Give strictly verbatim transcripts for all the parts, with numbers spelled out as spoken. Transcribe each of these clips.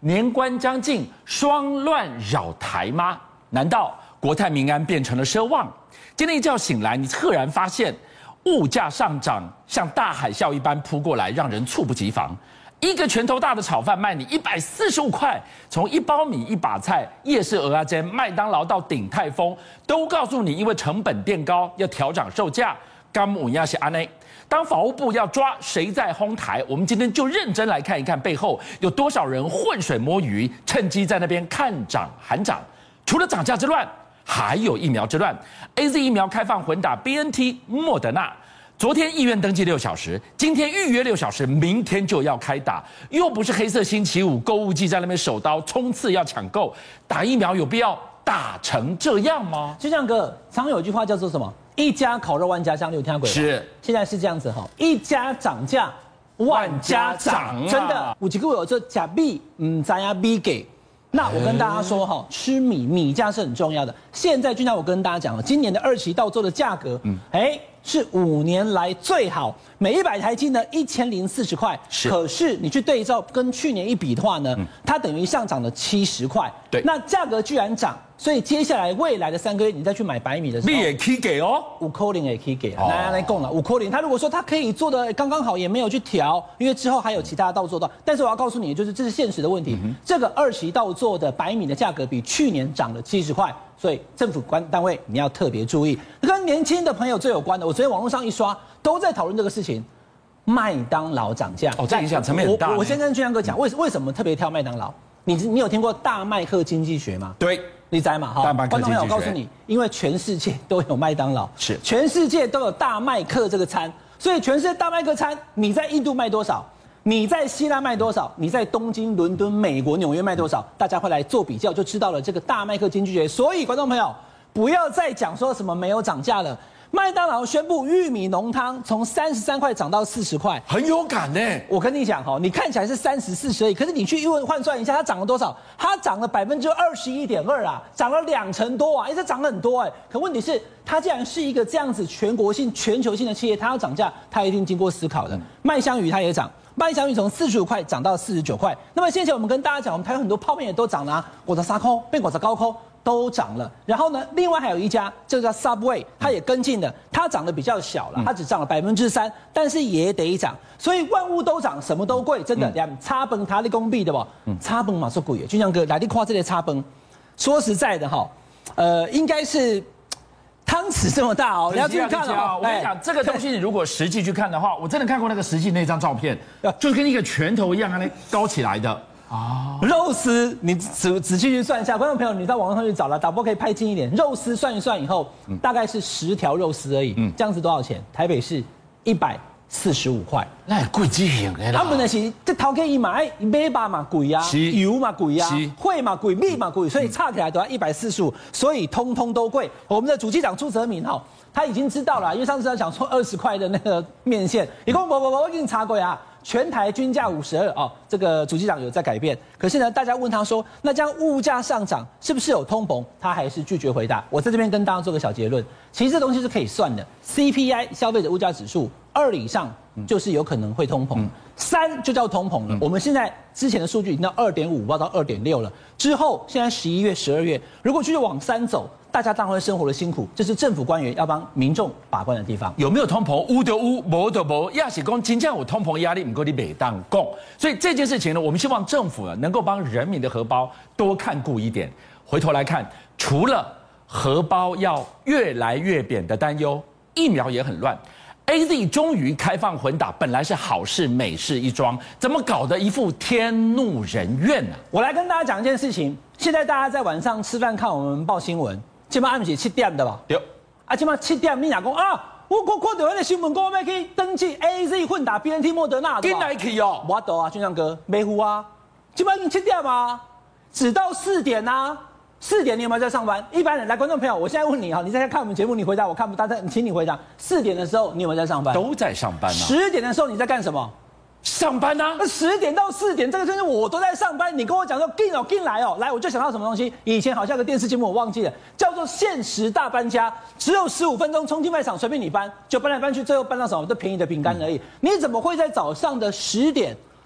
年关将近，双乱扰台吗？难道国泰民安变成了奢望？今天一觉醒来，你赫然发现物价上涨像大海啸一般扑过来，让人猝不及防。一个拳头大的炒饭卖你一百四十五块，从一包米、一把菜、夜市蚵仔煎、麦当劳到鼎泰丰，都告诉你因为成本变高要调涨售价。甘姆亚是安内。当法务部要抓谁在哄抬，我们今天就认真来看一看背后有多少人浑水摸鱼，趁机在那边看涨喊涨。除了涨价之乱，还有疫苗之乱。A Z 疫苗开放混打 B N T、莫德纳。昨天意愿登记六小时，今天预约六小时，明天就要开打，又不是黑色星期五，购物季在那边手刀冲刺要抢购，打疫苗有必要打成这样吗？ 就像哥，常有一句话叫做什么？一家烤肉万家香，你有听过吗？ 是， 现在是这样子哈，一家涨价，万家涨，啊、真的。有几个有说假币，嗯，咱要币给。那我跟大家说哈，吃米米价是很重要的。现在就像我跟大家讲了，今年的二期稻作的价格，嗯，哎。是五年来最好，每一百台斤呢一千零四十块。是，可是你去对照跟去年一比的话呢，嗯、它等于上涨了七十块。对，那价格居然涨，所以接下来未来的三个月你再去买白米的时候， 你也可以给哦， 五扣零也可以给。来来供了五扣零，他如果说他可以做的刚刚好，也没有去调，因为之后还有其他的稻作到。但是我要告诉你，就是这是现实的问题。嗯、这个二期稻作的白米的价格比去年涨了七十块。所以政府官单位你要特别注意，跟年轻的朋友最有关的，我昨天网络上一刷，都在讨论这个事情。麦当劳涨价， 哦，这影响层面很大。 我我先跟俊阳哥讲，为为什么特别挑麦当劳？你你有听过大麦克经济学吗？ 对， 你猜嘛哈。 大麦克经济学。 观众朋友，我告诉你，因为全世界都有麦当劳， 是全世界都有大麦克这个餐，所以全世界大麦克餐，你在印度卖多少？你在希腊卖多少？你在东京、伦敦、美国、纽约卖多少？大家会来做比较，就知道了这个大麦克经济学。所以，观众朋友，不要再讲说什么没有涨价了。麦当劳宣布玉米浓汤从三十三块涨到四十块， 很有感呢。 我跟你讲哈，你看起来是三十四十而已，可是你去换算一下，它涨了多少？它涨了百分之二十一点二啊，涨了两成多啊，哎，这涨了很多哎。可问题是，它既然是一个这样子全国性、全球性的企业，它要涨价，它一定经过思考的。麦香鱼它也涨。麦香鱼从四十五块涨到四十九块。那么先前我们跟大家讲，我们台湾很多泡面也都涨了、啊，果子沙扣变果子高扣都涨了。然后呢，另外还有一家，这个叫 Subway， 它也跟进了，它涨得比较小了，它只涨了百分之三，但是也得涨。所以万物都涨，什么都贵，真的。两插崩它的公币的不？插崩嘛是贵的，就像哥来你夸这些插崩，说实在的哈，呃，应该是。汤匙这么大哦，你要注意看哦。 我跟你讲，这个东西你如果实际去看的话，我真的看过那个实际那张照片，就是跟一个拳头一样，那高起来的啊。 肉丝，你仔仔细去算一下，观众朋友，你在网上去找了，导播可以拍近一点。肉丝算一算以后，大概是十条肉丝而已。嗯，这样子多少钱？台北市一百四十五块， 那也贵极了啦。 他们的是这头家伊买买吧嘛贵啊，油嘛贵啊，会嘛贵，米嘛贵，所以差起来都要一百四十五，所以通通都贵。我们的主机长朱泽民哈，他已经知道了，因为上次他讲说二十块的那个面线，一共不不不，我给你查过呀，全台均价五十二哦，这个主机长有在改变。可是呢，大家问他说，那这样物价上涨是不是有通膨？他还是拒绝回答。我在这边跟大家做个小结论，其实这东西是可以算的 ，C P I 消费者物价指数。二以上就是有可能会通膨，三就叫通膨了。我们现在之前的数据已经到二点五，报到二点六了。之后现在十一月、十二月，如果继续往三走，大家当然会生活的辛苦，这是政府官员要帮民众把关的地方。 有没有通膨？有的有，没的没。亚喜公真正有通膨压力，不够你每当供。所以这件事情呢，我们希望政府呢能够帮人民的荷包多看顾一点。回头来看，除了荷包要越来越扁的担忧，疫苗也很乱。A Z 终于开放混打，本来是好事美事一桩，怎么搞得一副天怒人怨呢、啊？ 我来跟大家讲一件事情。现在大家在晚上吃饭看我们报新闻，今晚暗时七点的吧？ 对。 啊，今晚七点你俩讲啊，我我看到那个新闻讲要去登记 A Z 混打 B N T 莫德纳， 进来去哦。 我懂啊，俊相哥，没胡啊。今晚已经七点吗？只到四点啊。四点你有没有在上班？一般人来，观众朋友，我现在问你哈，你在看我们节目，你回答我看不到，但请你回答。四点的时候你有没有在上班？ 都在上班啊。 十点的时候你在干什么？ 上班啊。 那十点到四点这个真是我都在上班，你跟我讲说进哦进来哦，来我就想到什么东西？以前好像有个电视节目我忘记了，叫做《限时大搬家》，只有十五分钟，冲进卖场随便你搬，就搬来搬去，最后搬到什么？都便宜的饼干而已。你怎么会在早上的十点？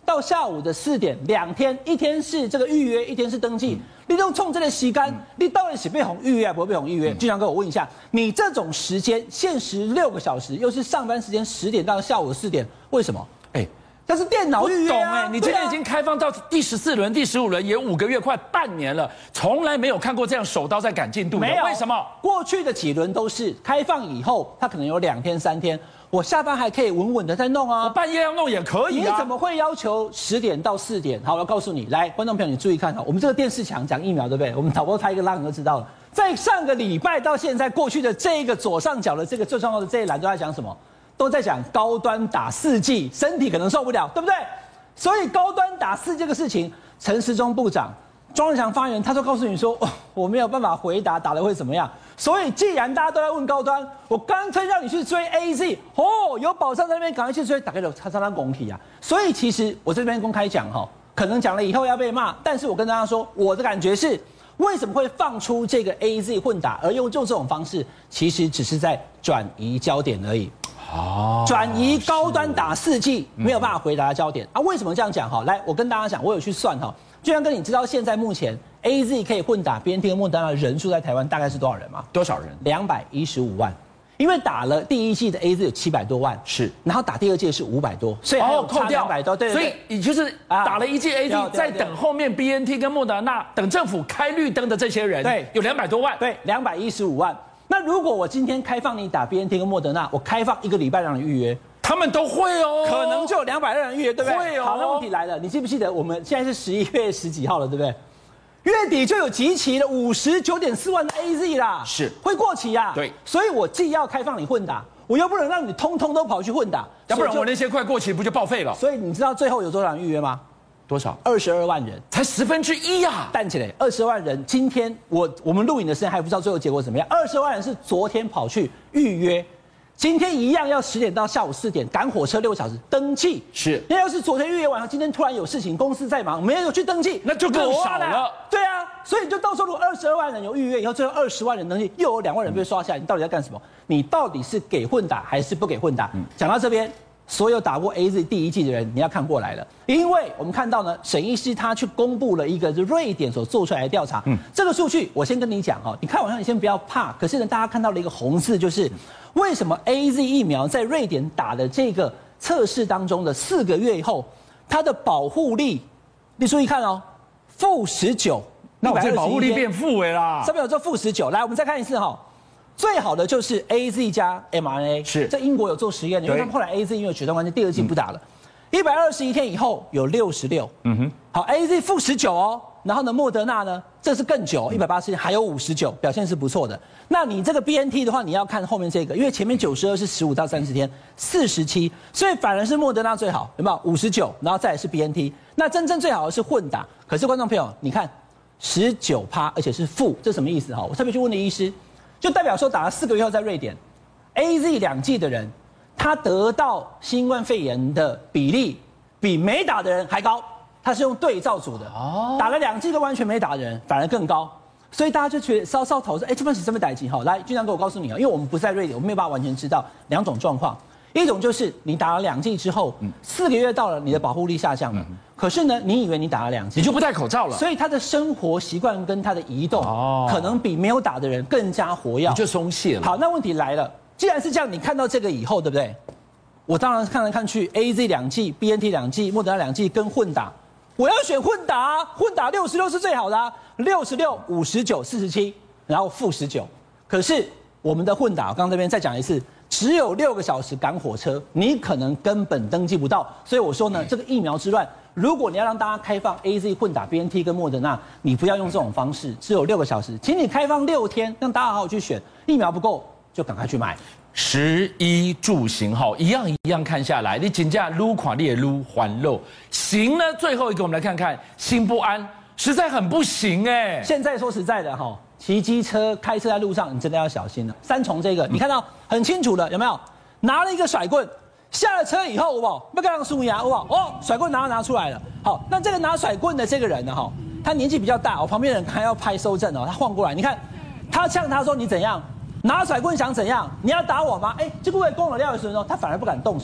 到下午的四点，两天，一天是这个预约，一天是登记。嗯、你都冲这个时间，嗯、你到底是被红预约，不会被红预约？俊强哥，我问一下，你这种时间限时六个小时，又是上班时间十点到下午四点，为什么？哎。但是电脑预约啊， 懂哎，你今天已经开放到第十四轮、第十五轮，也五个月，快半年了，从来没有看过这样手刀在赶进度的。 没有， 为什么？ 过去的几轮都是开放以后，它可能有两天、三天，我下班还可以稳稳的在弄啊。 我半夜要弄也可以啊。 你怎么会要求十点到四点？好，我要告诉你，来，观众朋友，你注意看哈，我们这个电视墙讲疫苗，对不对？我们导播拍一个拉，你就知道了。在上个礼拜到现在，过去的这一个左上角的这个最重要的这一栏都在讲什么？都在讲高端打四剂，身体可能受不了，对不对？所以高端打四这个事情，陈时中部长、庄人祥发言，他就告诉你说，哦，我没有办法回答打了会怎么样。所以既然大家都在问高端，我干脆让你去追 A Z， 哦，有保障在那边，赶快去追，打开了叉叉叉拱体啊。所以其实我这边公开讲哈，可能讲了以后要被骂，但是我跟大家说，我的感觉是，为什么会放出这个 A Z 混打，而用就这种方式，其实只是在转移焦点而已。哦，转移高端打四剂没有办法回答焦点啊？为什么这样讲哈？来，我跟大家讲，我有去算哈，就像跟你知道现在目前 A Z 可以混打 B N T 跟莫德纳的人数在台湾大概是多少人吗？ 多少人？ 两百一十五万。因为打了第一剂的 A Z 有七百多万， 是， 然后打第二剂是五百多，所以还有差两百多，对， 所以你就是打了一剂 A Z， 在等后面 B N T 跟莫德纳等政府开绿灯的这些人， 对， 有两百多万， 对，两百一十五万。那如果我今天开放你打 B N T 跟莫德纳，我开放一个礼拜让你预约， 他们都会哦， 可能就有两百万人预约，对不对？ 会哦。 好，那问题来了，你记不记得我们现在是十一月十几号了，对不对？月底就有集齐了五十九点四万的 A Z 啦， 是会过期啊。 对， 所以我既要开放你混打，我又不能让你通通都跑去混打， 要不然我那些快过期不就报废了？ 所以你知道最后有多少人预约吗？ 多少？ 二十二万人， 才十分之一啊！ 弹起来，二十万人。今天我我们录影的时间还不知道最后结果怎么样。二十万人是昨天跑去预约，今天一样要十点到下午四点赶火车六个小时登记。 是， 那要是昨天预约完，今天突然有事情，公司在忙，没有去登记， 那就更少了。 对啊，所以你就到时候如果二十二万人有预约，以后最后二十万人登记，又有两万人被刷下来，你到底在干什么？你到底是给混打还是不给混打？讲、嗯、到这边。所有打过 A Z 第一剂的人，你要看过来了，因为我们看到呢，沈医师他去公布了一个瑞典所做出来的调查，嗯，这个数据我先跟你讲哈，你看网上你先不要怕，可是呢，大家看到了一个红字，就是为什么 A Z 疫苗在瑞典打的这个测试当中的四个月以后，它的保护力，你注意看哦，负十九， 那我这保护力变负为啦， 上面有这负十九，来我们再看一次哈。最好的就是 A Z 加 M R N A， 是这英国有做实验的，因为他们后来 A Z 因为血栓关系，第二剂不打了，一百二十一天以后有六十六，嗯哼，好 A Z 负十九哦，然后呢莫德纳呢这是更久，一百八十天还有五十九，表现是不错的。那你这个 B N T 的话，你要看后面这个，因为前面九十二是十五到三十天，四十七，所以反而是莫德纳最好，有没有？五十九，然后再来是 B N T， 那真正最好的是混打。可是观众朋友，你看十九趴，而且是负，这什么意思哈？我特别去问了医师。就代表说打了四个月后在瑞典 ，A Z 两剂的人，他得到新冠肺炎的比例比没打的人还高。他是用对照组的，哦，打了两剂都完全没打的人反而更高。所以大家就觉得稍稍投诉，哎，这份是这么歹劲哈。来，俊良哥，我告诉你啊，因为我们不在瑞典，我没有办法完全知道两种状况。一种就是你打了两剂之后，嗯、四个月到了，你的保护力下降了。嗯、可是呢，你以为你打了两剂， 你就不戴口罩了， 所以他的生活习惯跟他的移动，哦，可能比没有打的人更加活跃， 你就松懈了。 好，那问题来了，既然是这样，你看到这个以后，对不对？我当然看来看去 ，A Z 两剂 ，B N T 两剂，莫德纳两剂跟混打，我要选混打啊，混打六十六是最好的啊，六十六、五十九、四十七，然后负十九。可是我们的混打，我刚刚这边再讲一次。只有六个小时赶火车，你可能根本登记不到。所以我说呢，这个疫苗之乱，如果你要让大家开放 A Z 混打 B N T 跟莫德纳，你不要用这种方式，只有六个小时，请你开放六天，让大家好好去选。疫苗不够就赶快去买。 食衣住行哈，一样一样看下来，你请假撸垮你也撸还肉。行呢，最后一个我们来看看心不安，实在很不行哎。 现在说实在的哈。骑机车、开车在路上，你真的要小心了。三重这个，你看到很清楚了，有没有？拿了一个甩棍，下了车以后，哇，不跟人输牙，哇，哦，甩棍拿拿出来了。好，那这个拿甩棍的这个人呢，哈，他年纪比较大，我旁边人还要拍收证哦，他晃过来，你看，他呛他说你怎样？拿甩棍想怎样？你要打我吗？哎，这个位攻了廖宇顺哦，他反而不敢动手。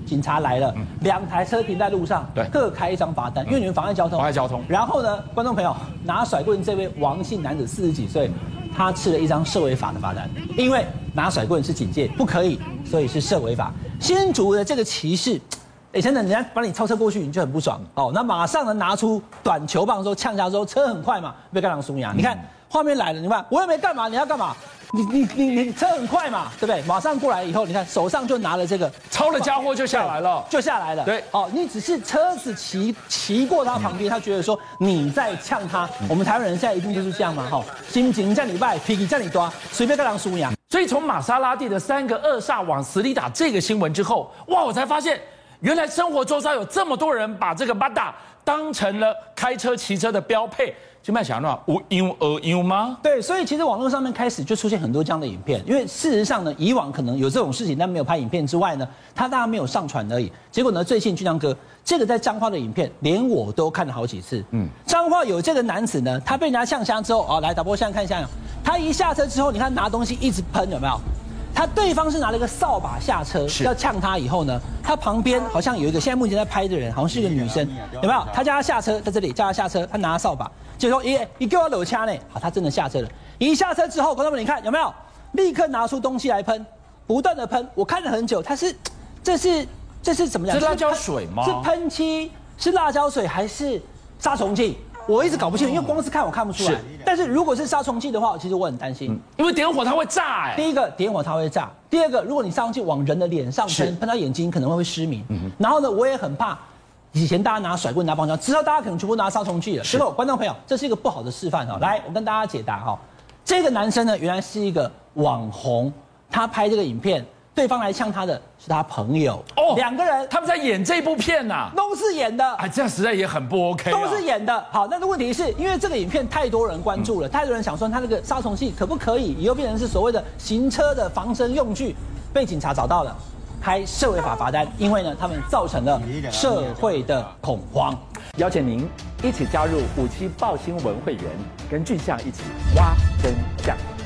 警察来了，两、嗯、台车停在路上， 对， 各开一张罚单，因为你们妨碍交通。 妨碍交通。 然后呢，观众朋友，拿甩棍这位王姓男子四十几岁，他吃了一张涉违法的罚单，因为拿甩棍是警戒，不可以，所以是涉违法。新竹的这个骑士。哎，真的，人家把你超车过去，你就很不爽哦。那马上呢，拿出短球棒说呛下说车很快嘛，被干狼输牙。你看画面来了，你看我也没干嘛，你要干嘛？你你你你车很快嘛，对不对？马上过来以后，你看手上就拿了这个抄了家伙就下来了， 就下来了。 对， 哦，你只是车子骑骑过他旁边，他觉得说你在呛他。我们台湾人现在一定就是这样嘛，哈，心情叫你败，脾气叫你抓，随便干狼输牙。 所以从玛莎拉蒂的三个恶煞往死里打这个新闻之后，哇，我才发现。原来生活周遭有这么多人把这个巴达当成了开车骑车的标配，就卖想到无因而因吗？ 对，所以其实网络上面开始就出现很多这样的影片，因为事实上呢，以往可能有这种事情，但没有拍影片之外呢，他当然没有上传而已。结果呢，最近俊江哥这个在彰化的影片，连我都看了好几次。嗯，彰化有这个男子呢，他被人家呛香之后，哦，来导播现在看一下，他一下车之后，你看拿东西一直喷，有没有？他对方是拿了一个扫把下车，要呛他以后呢，他旁边好像有一个现在目前在拍的人，好像是一个女生，有没有？他叫他下车，在这里叫他下车，他拿扫把，就说咦，你给我搂掐呢？好，他真的下车了。一下车之后，观众们你看有没有？立刻拿出东西来喷，不断的喷。我看了很久，他是，这是这是怎么讲？ 是辣椒水吗？ 是喷漆？是辣椒水还是杀虫剂？我一直搞不清楚，因为光是看我看不出来。但是如果是杀虫剂的话，其实我很担心，嗯、 因为点火它会炸哎、欸。 第一个点火它会炸，第二个如果你杀虫剂往人的脸上喷，喷到眼睛可能会失明。嗯、然后呢，我也很怕，以前大家拿甩棍拿棒球，之后大家可能全部拿杀虫剂了。结果观众朋友，这是一个不好的示范哈。来，我跟大家解答哈，这个男生呢，原来是一个网红，他拍这个影片。对方来呛他的是他朋友哦，两个人他们在演这部片呐、啊， 都是演的， 哎，这样实在也很不 OK，、啊、 都是演的。好，那个问题是因为这个影片太多人关注了，嗯、太多人想说他那个杀虫剂可不可以，以后变成是所谓的行车的防身用具，被警察找到了，开涉违法罚单，因为呢他们造成了社会的恐慌。 邀请您一起加入五七爆新闻会员，跟俊相一起挖真相。